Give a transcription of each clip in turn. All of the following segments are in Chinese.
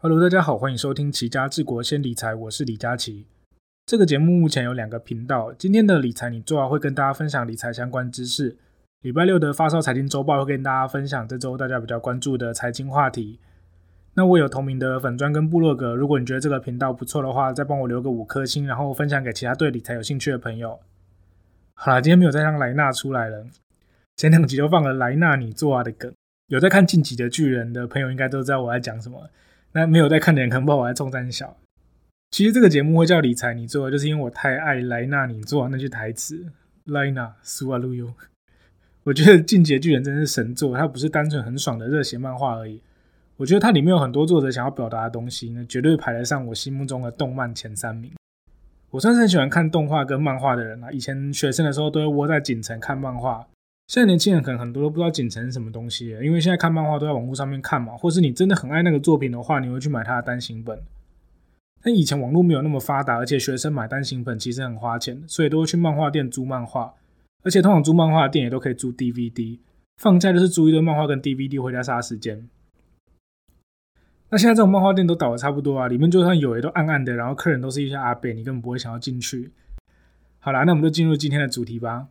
Hello， 大家好，欢迎收听齐家治国先理财，我是李佳琦。这个节目目前有2个频道，今天的理财你做啊会跟大家分享理财相关知识，礼拜六的发烧财经周报会跟大家分享这周大家比较关注的财经话题。那我有同名的粉专跟部落格，如果你觉得这个频道不错的话，再帮我留个5颗星，然后分享给其他对理财有兴趣的朋友。好啦，今天没有再让莱纳出来了，前2集都放了莱纳你做啊的梗，有在看晋级的巨人的朋友应该都知道我在讲什么，那没有在看的人可能不知道我在冲三小。其实这个节目会叫理财你做，就是因为我太爱莱纳你做那句台词，莱纳苏阿路优。我觉得晋级的巨人真是神作，它不是单纯很爽的热血漫画而已，我觉得它里面有很多作者想要表达的东西呢，绝对排得上我心目中的动漫前3名。我算是很喜欢看动画跟漫画的人啦，以前学生的时候都会窝在锦城看漫画，现在年轻人可能很多都不知道锦城是什么东西了，因为现在看漫画都在网络上面看嘛，或是你真的很爱那个作品的话，你会去买它的单行本。但以前网络没有那么发达，而且学生买单行本其实很花钱，所以都会去漫画店租漫画，而且通常租漫画的店也都可以租 DVD， 放假就是租一堆漫画跟 DVD 回家杀时间。那现在这种漫画店都倒得差不多啊，里面就算有也都暗暗的，然后客人都是一些阿伯，你根本不会想要进去。好啦，那我们就进入今天的主题吧。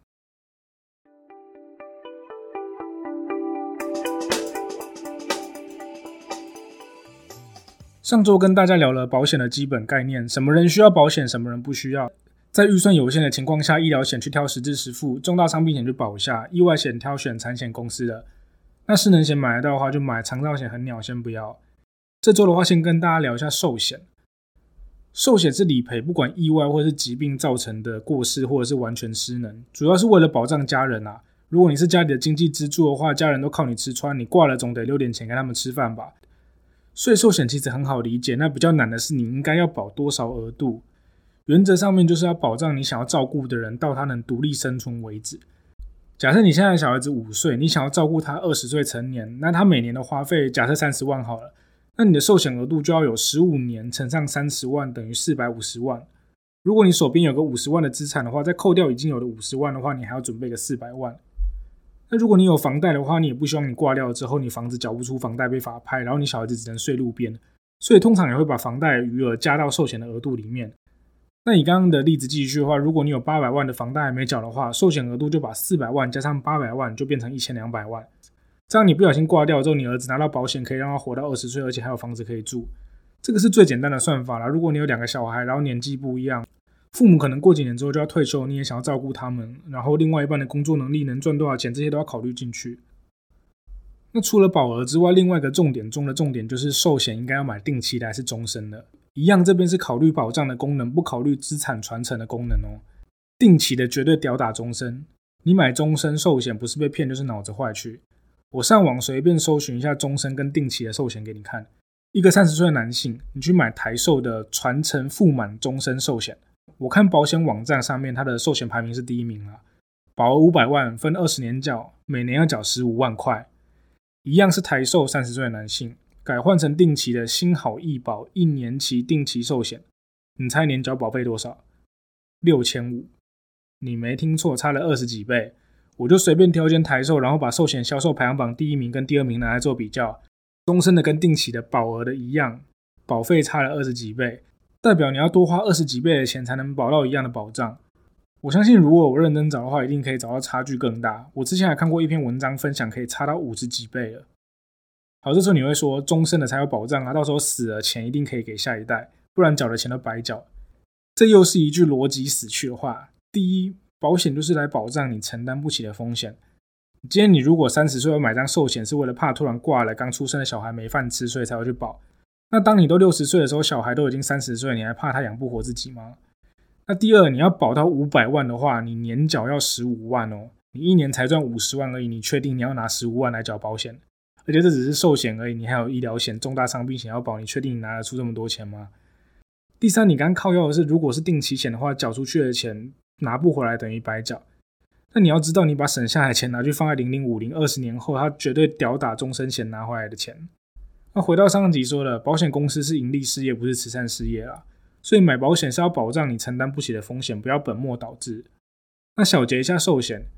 上周跟大家聊了保险的基本概念，什么人需要保险，什么人不需要。在预算有限的情况下，医疗险去挑实支实付，重大伤病险去保一下，意外险挑选产险公司的。那失能险买得到的话就买，长照险很鸟先不要。这周的话先跟大家聊一下寿险。寿险是理赔不管意外或是疾病造成的过失或者是完全失能，主要是为了保障家人啊。如果你是家里的经济支柱的话，家人都靠你吃穿，你挂了总得留点钱给他们吃饭吧。所以寿险其实很好理解，那比较难的是你应该要保多少额度。原则上面就是要保障你想要照顾的人到他能独立生存为止。假设你现在的小孩子5岁，你想要照顾他20岁成年，那他每年的花费假设30万好了，那你的寿险额度就要有15年乘上30万等于450万。如果你手边有个50万的资产的话，再扣掉已经有的50万的话，你还要准备个400万。那如果你有房贷的话，你也不希望你挂掉之后你房子缴不出房贷被法拍，然后你小孩子只能睡路边，所以通常也会把房贷余额加到寿险的额度里面。那以刚刚的例子继续的话，如果你有800万的房贷还没缴的话，寿险额度就把400万加上800万就变成1200万。这样你不小心挂掉之后，你儿子拿到保险可以让他活到20岁，而且还有房子可以住。这个是最简单的算法啦。如果你有2个小孩，然后年纪不一样，父母可能过几年之后就要退休，你也想要照顾他们，然后另外一半的工作能力能赚多少钱，这些都要考虑进去。那除了保额之外，另外一个重点中的重点就是寿险应该要买定期的还是终身的。一样，这边是考虑保障的功能，不考虑资产传承的功能哦。定期的绝对吊打终身，你买终身寿险不是被骗就是脑子坏去。我上网随便搜寻一下终身跟定期的寿险给你看。一个30岁的男性，你去买台寿的传承富满终身寿险，我看保险网站上面它的寿险排名是第1名啦，保额500万，分20年缴，每年要缴15万块。一样是台寿30岁的男性，改换成定期的新好益保1年期定期寿险，你猜年缴保费多少？6500。你没听错，差了20几倍。我就随便挑间台寿，然后把寿险销售排行榜第1名跟第2名拿来做比较，终身的跟定期的保额的一样，保费差了20几倍，代表你要多花20几倍的钱才能保到一样的保障。我相信如果我认真找的话，一定可以找到差距更大。我之前还看过一篇文章分享，可以差到50几倍了。好，这时候你会说终身的才有保障啊，到时候死了钱一定可以给下一代，不然缴的钱都白缴。这又是一句逻辑死去的话。第一，保险就是来保障你承担不起的风险。今天你如果30岁要买张寿险，是为了怕突然挂了刚出生的小孩没饭吃，所以才会去保。那当你都60岁的时候，小孩都已经30岁，你还怕他养不活自己吗？那第二，你要保到500万的话，你年缴要15万哦，你一年才赚50万而已，你确定你要拿15万来缴保险？而且这只是寿险而已，你还有医疗险、重大伤病险要保，你确定你拿得出这么多钱吗？第三，你刚刚靠腰的是，如果是定期险的话，缴出去的钱拿不回来等于白缴。那你要知道，你把省下来的钱拿去放在0050 20年后，它绝对吊打终身险拿回来的钱。那回到上集说了，保险公司是盈利事业，不是慈善事业啦，所以买保险是要保障你承担不起的风险，不要本末倒置。那小结一下寿险，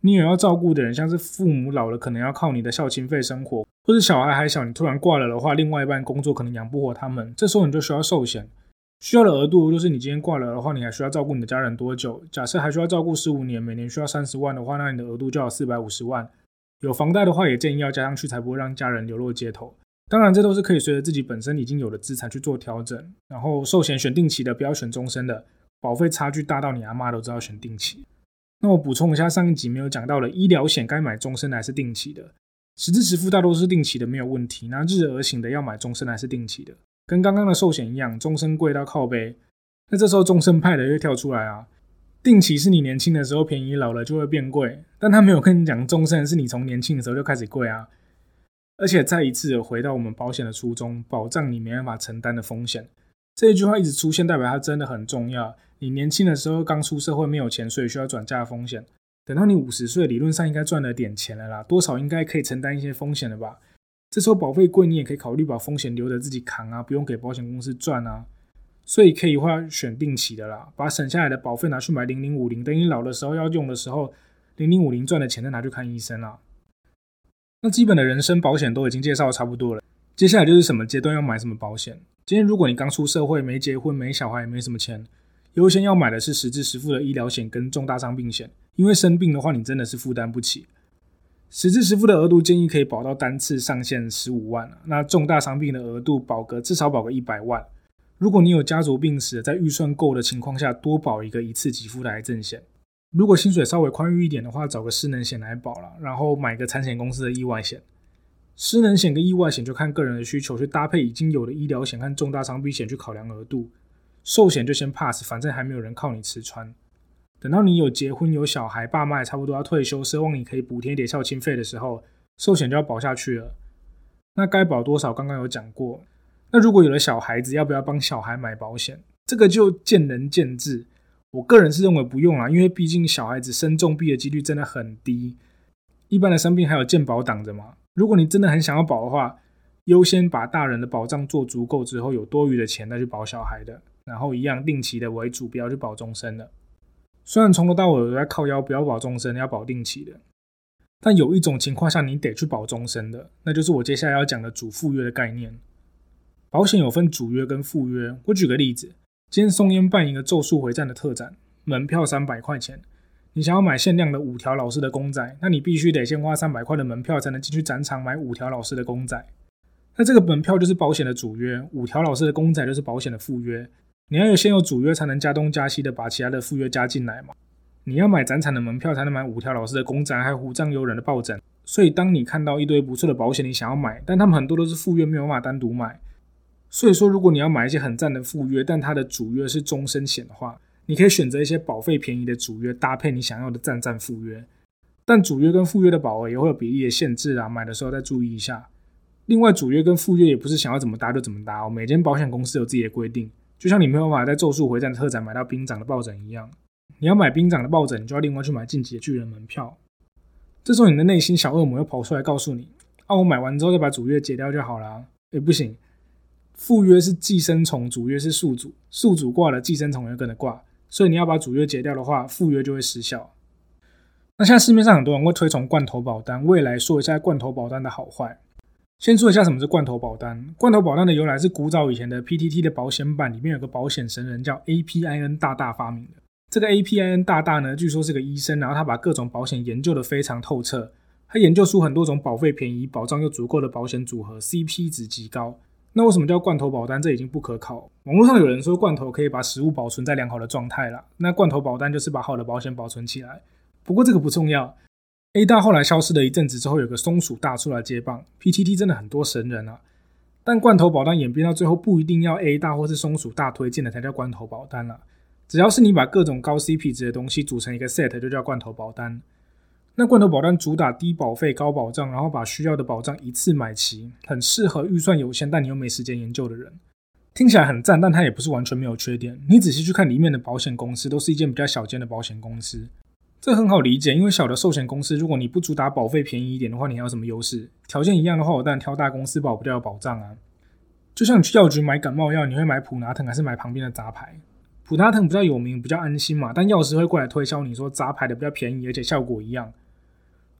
你有要照顾的人，像是父母老了可能要靠你的孝亲费生活，或是小孩还小你突然挂了的话，另外一半工作可能养不活他们，这时候你就需要寿险。需要的额度就是你今天挂了的话，你还需要照顾你的家人多久，假设还需要照顾15年，每年需要30万的话，那你的额度就要450万。有房贷的话也建议要加上去，才不会让家人流落街头。当然这都是可以随着自己本身已经有的资产去做调整。然后寿险选定期的，不要选终身的，保费差距大到你阿嬷都知道选定期。那我补充一下上一集没有讲到的医疗险该买终身的还是定期的。实支实付大多是定期的没有问题，那日额型的要买终身还是定期的。跟刚刚的寿险一样，终身贵到靠背，那这时候终身派的会跳出来啊。定期是你年轻的时候便宜，老了就会变贵，但他没有跟你讲终身是你从年轻的时候就开始贵啊。而且再一次的回到我们保险的初衷，保障你没办法承担的风险。这一句话一直出现，代表它真的很重要。你年轻的时候刚出社会没有钱，所以需要转嫁风险。等到你50岁，理论上应该赚了点钱了啦，多少应该可以承担一些风险了吧。这时候保费贵，你也可以考虑把风险留着自己扛啊，不用给保险公司赚啊。所以可以话选定期的啦，把省下来的保费拿去买0050，等你老的时候要用的时候，0050赚的钱再拿去看医生啦。那基本的人身保险都已经介绍差不多了，接下来就是什么阶段要买什么保险。今天如果你刚出社会，没结婚，没小孩，也没什么钱，优先要买的是实支实付的医疗险跟重大伤病险，因为生病的话你真的是负担不起。实支实付的额度建议可以保到单次上限15万，那重大伤病的额度至少保个100万。如果你有家族病史，在预算够的情况下，多保一个一次给付的癌症险。如果薪水稍微宽裕一点的话，找个失能险来保啦，然后买个产险公司的意外险。失能险跟意外险就看个人的需求，去搭配已经有的医疗险和重大伤病险去考量额度。寿险就先 pass， 反正还没有人靠你吃穿。等到你有结婚有小孩，爸妈也差不多要退休，奢望你可以补贴一点孝亲费的时候，寿险就要保下去了。那该保多少刚刚有讲过。那如果有了小孩子，要不要帮小孩买保险？这个就见仁见智。我个人是认为不用啦，因为毕竟小孩子生重病的几率真的很低，一般的生病还有健保挡着嘛。如果你真的很想要保的话，优先把大人的保障做足够之后，有多余的钱再去保小孩的，然后一样定期的为主，不要去保终身的。虽然从头到尾我都在靠腰不要保终身，要保定期的，但有一种情况下你得去保终身的，那就是我接下来要讲的主附约的概念。保险有分主约跟附约，我举个例子，今天松烟办一个咒术回战的特展，门票300块钱，你想要买限量的5条老师的公仔，那你必须得先花300块的门票才能进去展场买5条老师的公仔。那这个门票就是保险的主约，5条老师的公仔就是保险的附约。你要先有主约才能加东加西的把其他的附约加进来嘛。你要买展场的门票才能买5条老师的公仔，还有虎杖悠仁的抱枕。所以当你看到一堆不错的保险你想要买，但他们很多都是附约，没有办法单独买。所以说如果你要买一些很赞的附约，但它的主约是终身险的话，你可以选择一些保费便宜的主约搭配你想要的赞附约。但主约跟附约的保额也会有比例的限制啊，买的时候再注意一下。另外主约跟附约也不是想要怎么搭就怎么搭每间保险公司有自己的规定，就像你没有办法在咒术回战特展买到兵长的抱枕一样，你要买兵长的抱枕，你就要另外去买进击的巨人门票。这时候你的内心小恶魔又跑出来告诉你，我买完之后再把主约解掉就好啦。不行，附约是寄生虫，主约是宿主，宿主挂了寄生虫也跟着挂，所以你要把主约解掉的话，附约就会失效。那现在市面上很多人会推崇罐头保单，我也来说一下罐头保单的好坏。先说一下什么是罐头保单。罐头保单的由来是古早以前的 PTT 的保险版里面有个保险神人叫 APIN 大大发明的。这个 APIN 大大呢，据说是个医生，然后他把各种保险研究得非常透彻，他研究出很多种保费便宜、保障又足够的保险组合， CP 值极高。那为什么叫罐头保单？这已经不可考。网络上有人说罐头可以把食物保存在良好的状态啦，那罐头保单就是把好的保险保存起来。不过这个不重要。A 大后来消失了一阵子之后，有个松鼠大出来接棒， PTT 真的很多神人啊。但罐头保单演变到最后不一定要 A 大或是松鼠大推荐的才叫罐头保单啦，只要是你把各种高 CP 值的东西组成一个 set 就叫罐头保单。那罐头保单主打低保费高保障，然后把需要的保障一次买齐，很适合预算有限但你又没时间研究的人。听起来很赞，但它也不是完全没有缺点。你仔细去看里面的保险公司，都是一间比较小间的保险公司。这很好理解，因为小的寿险公司，如果你不主打保费便宜一点的话，你还有什么优势？条件一样的话，我当然挑大公司保比较有保障啊。就像你去药局买感冒药，你会买普拿疼还是买旁边的杂牌？普拿疼比较有名，比较安心嘛，但药师会过来推销你说杂牌的比较便宜，而且效果一样。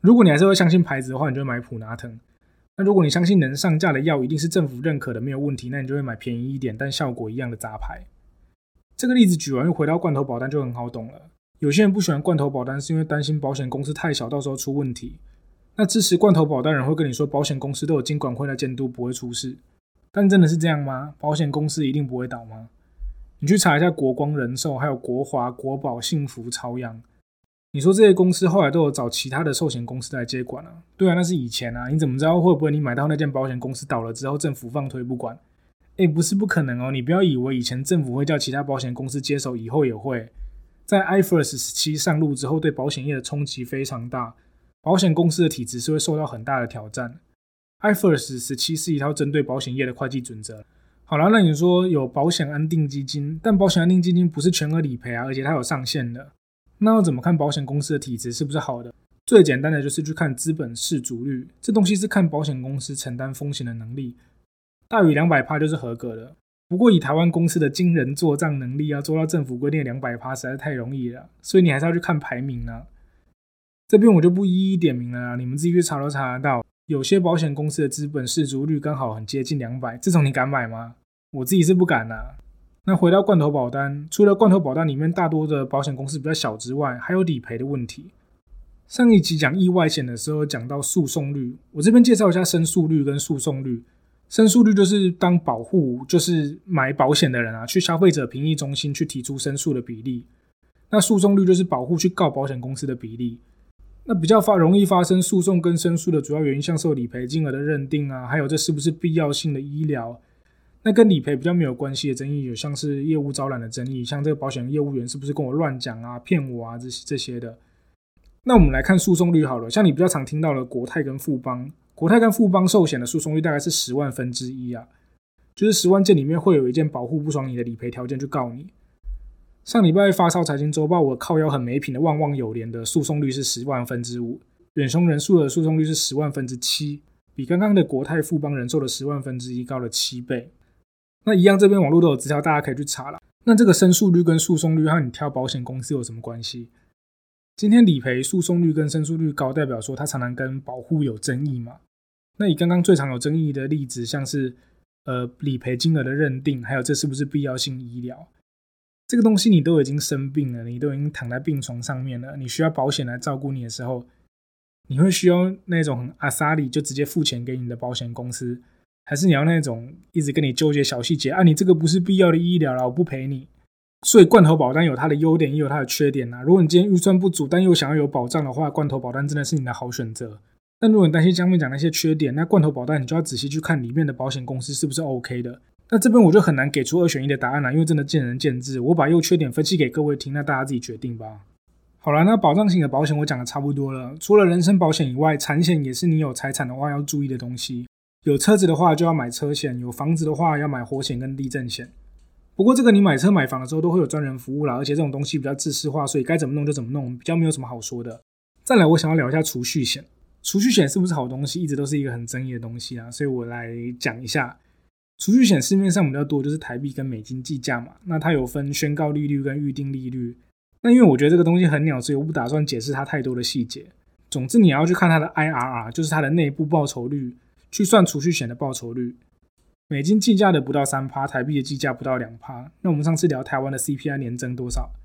如果你还是会相信牌子的话，你就会买普拿疼。那如果你相信能上架的药一定是政府认可的没有问题，那你就会买便宜一点但效果一样的杂牌。这个例子举完又回到罐头保单就很好懂了。有些人不喜欢罐头保单是因为担心保险公司太小到时候出问题，那支持罐头保单人会跟你说保险公司都有金管会来监督不会出事，但真的是这样吗？保险公司一定不会倒吗？你去查一下国光人寿还有国华、国保、幸福、朝阳，你说这些公司后来都有找其他的寿险公司来接管啊？对啊，那是以前啊，你怎么知道会不会你买到那间保险公司倒了之后政府放推不管？不是不可能哦，你不要以为以前政府会叫其他保险公司接手，以后也会。在 IFRS 17上路之后，对保险业的冲击非常大，保险公司的体质是会受到很大的挑战。IFRS 17是一套针对保险业的会计准则。好了，那你说有保险安定基金，但保险安定基金不是全额理赔啊，而且它有上限的。那要怎么看保险公司的体质是不是好的？最简单的就是去看资本适足率，这东西是看保险公司承担风险的能力，大于 200% 就是合格的。不过以台湾公司的惊人做账能力要做到政府规定的 200% 实在太容易了，所以你还是要去看排名啊。这边我就不一一点名了啦，你们自己去查都查得到。有些保险公司的资本适足率刚好很接近200%，这种你敢买吗？我自己是不敢啦。那回到罐头保单，除了罐头保单里面大多的保险公司比较小之外，还有理赔的问题。上一集讲意外险的时候讲到诉讼率，我这边介绍一下申诉率跟诉讼率。申诉率就是当保护，就是买保险的人啊，去消费者评议中心去提出申诉的比例。那诉讼率就是保护去告保险公司的比例。那比较容易发生诉讼跟申诉的主要原因，像是理赔金额的认定啊，还有这是不是必要性的医疗。那跟理赔比较没有关系的争议，有像是业务招揽的争议，像这个保险业务员是不是跟我乱讲啊、骗我啊这些的。那我们来看诉讼率好了，像你比较常听到的国泰跟富邦，国泰跟富邦寿险的诉讼率大概是10万分之一啊，就是10万件里面会有一件保护不爽你的理赔条件去告你。上礼拜发烧财经周报，我靠腰很没品的旺旺友联的诉讼率是10万分之5，远雄人寿的诉讼率是10万分之7，比刚刚的国泰富邦人寿的10万分之1高了7倍。那一样这边网络都有资料，大家可以去查啦。那这个申诉率跟诉讼率和你挑保险公司有什么关系？今天理赔诉讼率跟申诉率高，代表说它常常跟保护有争议嘛。那以刚刚最常有争议的例子，像是理赔金额的认定，还有这是不是必要性医疗，这个东西你都已经生病了，你都已经躺在病床上面了，你需要保险来照顾你的时候，你会需要那种很阿萨里就直接付钱给你的保险公司，还是你要那种一直跟你纠结小细节啊？你这个不是必要的医疗啦，我不赔你。所以罐头保单有它的优点也有它的缺点啊。如果你今天预算不足但又想要有保障的话，罐头保单真的是你的好选择。但如果你担心上面讲那些缺点，那罐头保单你就要仔细去看里面的保险公司是不是 OK 的。那这边我就很难给出2选1的答案啦，因为真的见仁见智。我把优缺点分析给各位听，那大家自己决定吧。好了，那保障型的保险我讲的差不多了。除了人身保险以外，产险也是你有财产的话要注意的东西。有车子的话就要买车险，有房子的话要买火险跟地震险。不过这个你买车买房的时候都会有专人服务啦，而且这种东西比较制式化，所以该怎么弄就怎么弄，比较没有什么好说的。再来我想要聊一下储蓄险。储蓄险是不是好东西，一直都是一个很争议的东西啊，所以我来讲一下。储蓄险市面上比较多就是台币跟美金计价嘛，那它有分宣告利率跟预定利率。那因为我觉得这个东西很鸟，所以我不打算解释它太多的细节。总之你要去看它的 IRR， 就是它的内部报酬率，去算储蓄险的报酬率。美金计价的不到 3%， 台币的计价不到 2%。 那我们上次聊台湾的 CPI 年增多少？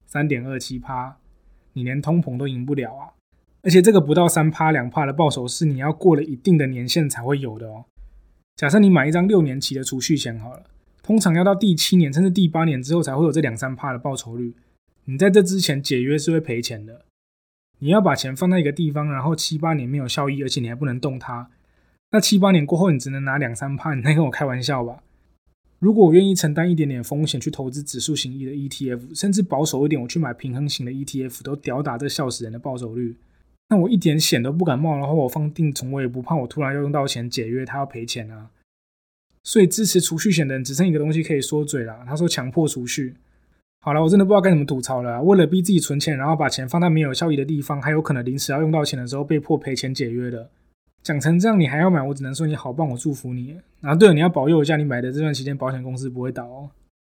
3.27%， 你连通膨都赢不了啊！而且这个不到 3%、2% 的报酬是你要过了一定的年限才会有的哦。假设你买一张6年期的储蓄险好了，通常要到第7年甚至第8年之后才会有这 2-3% 的报酬率。你在这之前解约是会赔钱的。你要把钱放在一个地方，然后7-8年没有效益，而且你还不能动它，那7-8年过后你只能拿 2-3%， 你在跟我开玩笑吧？如果我愿意承担一点点风险去投资指数型的 ETF， 甚至保守一点我去买平衡型的 ETF， 都吊打这笑死人的报酬率。那我一点险都不敢冒，然后我放定存，我也不怕我突然要用到钱解约他要赔钱啊。所以支持储蓄险的人只剩一个东西可以说嘴啦，他说强迫储蓄。好了，我真的不知道该怎么吐槽了啊。为了逼自己存钱，然后把钱放在没有效益的地方，还有可能临时要用到钱的时候被迫赔钱解约的。讲成这样你还要买，我只能说你好棒，我祝福你。然后对了，你要保佑一下你买的这段期间保险公司不会倒哦。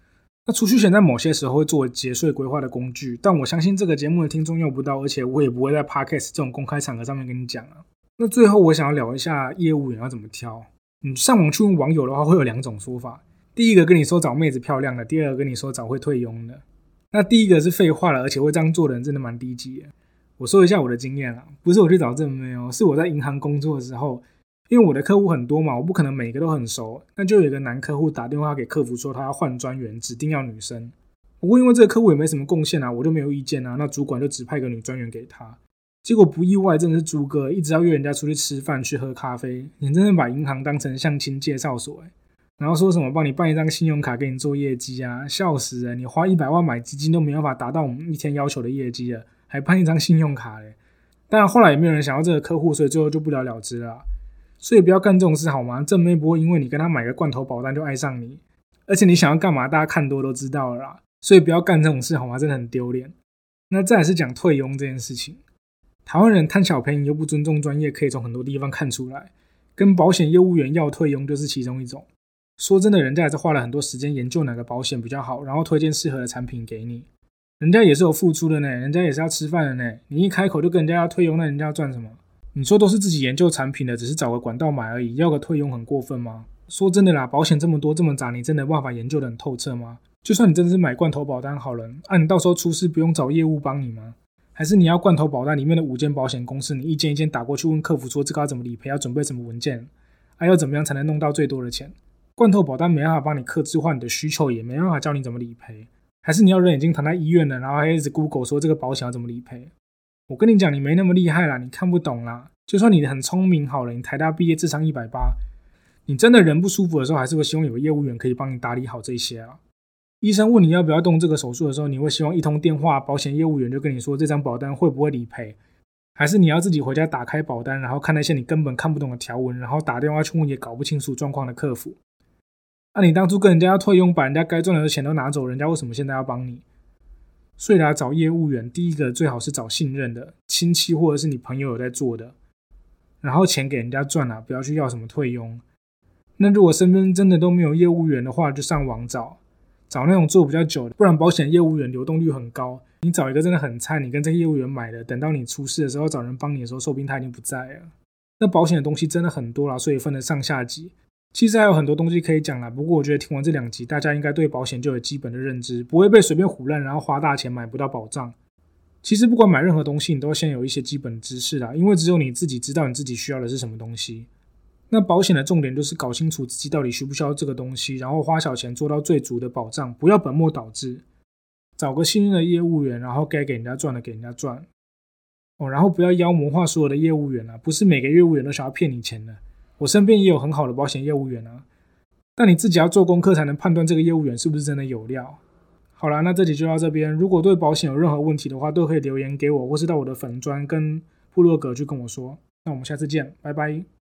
那储蓄险在某些时候会作为节税规划的工具，但我相信这个节目的听众用不到，而且我也不会在 Podcast 这种公开场合上面跟你讲啊。那最后我想要聊一下业务员要怎么挑。你上网去问网友的话，会有两种说法。第一个跟你说找妹子漂亮的，第二个跟你说找会退佣的。那第一个是废话了，而且会这样做的人真的蛮低级的。我说一下我的经验啦，不是我去找正妹哦，是我在银行工作的时候，因为我的客户很多嘛，我不可能每个都很熟，那就有一个男客户打电话给客服说他要换专员，指定要女生。不过因为这个客户也没什么贡献啊，我就没有意见啊，那主管就指派个女专员给他。结果不意外，真的是猪哥一直要约人家出去吃饭去喝咖啡，你真的把银行当成相亲介绍所然后说什么帮你办一张信用卡给你做业绩啊，笑死人！你花100万买基金都没办法达到我们一天要求的业绩了，还办一张信用卡嘞。当然后来也没有人想要这个客户，所以最后就不了了之了所以不要干这种事好吗？正妹不会因为你跟他买个罐头保单就爱上你，而且你想要干嘛大家看多都知道了啦，所以不要干这种事好吗？真的很丢脸。那再来是讲退佣这件事情，台湾人贪小便宜又不尊重专业，可以从很多地方看出来，跟保险业务员要退佣就是其中一种。说真的，人家也是花了很多时间研究哪个保险比较好，然后推荐适合的产品给你，人家也是有付出的呢，人家也是要吃饭的呢。你一开口就跟人家要退佣，那人家要赚什么？你说都是自己研究产品的，只是找个管道买而已，要个退佣很过分吗？说真的啦，保险这么多这么杂，你真的有办法研究得很透彻吗？就算你真的是买罐头保单好了，你到时候出事不用找业务帮你吗？还是你要罐头保单里面的5间保险公司，你一间一间打过去问客服说这个要怎么理赔，要准备什么文件，要怎么样才能弄到最多的钱？罐头保单没办法帮你客制化你的需求，也没办法教你怎么理赔。还是你要人已经躺在医院了，然后还一直 Google 说这个保险要怎么理赔？我跟你讲，你没那么厉害啦，你看不懂啦。就算你很聪明好了，你台大毕业智商180，你真的人不舒服的时候，还是会希望有个业务员可以帮你打理好这些啊。医生问你要不要动这个手术的时候，你会希望一通电话保险业务员就跟你说这张保单会不会理赔，还是你要自己回家打开保单，然后看那些你根本看不懂的条文，然后打电话去问也搞不清楚状况的客服？你当初跟人家要退佣，把人家该赚的钱都拿走，人家为什么现在要帮你？所以来找业务员，第一个最好是找信任的亲戚或者是你朋友有在做的，然后钱给人家赚不要去要什么退佣。那如果身边真的都没有业务员的话，就上网找那种做比较久的，不然保险业务员流动率很高，你找一个真的很菜，你跟这个业务员买的，等到你出事的时候找人帮你的时候，说不定他已经不在了。那保险的东西真的很多啦，所以分了上下集。其实还有很多东西可以讲啦，不过我觉得听完这2集，大家应该对保险就有基本的认知，不会被随便唬烂，然后花大钱买不到保障。其实不管买任何东西，你都先有一些基本知识啦，因为只有你自己知道你自己需要的是什么东西。那保险的重点就是搞清楚自己到底需不需要这个东西，然后花小钱做到最足的保障，不要本末倒置。找个信任的业务员，然后该给人家赚的给人家赚。然后不要妖魔化所有的业务员不是每个业务员都想要骗你钱的。我身边也有很好的保险业务员但你自己要做功课才能判断这个业务员是不是真的有料。好啦，那这集就到这边，如果对保险有任何问题的话，都可以留言给我，或是到我的粉专跟部落格去跟我说。那我们下次见，拜拜。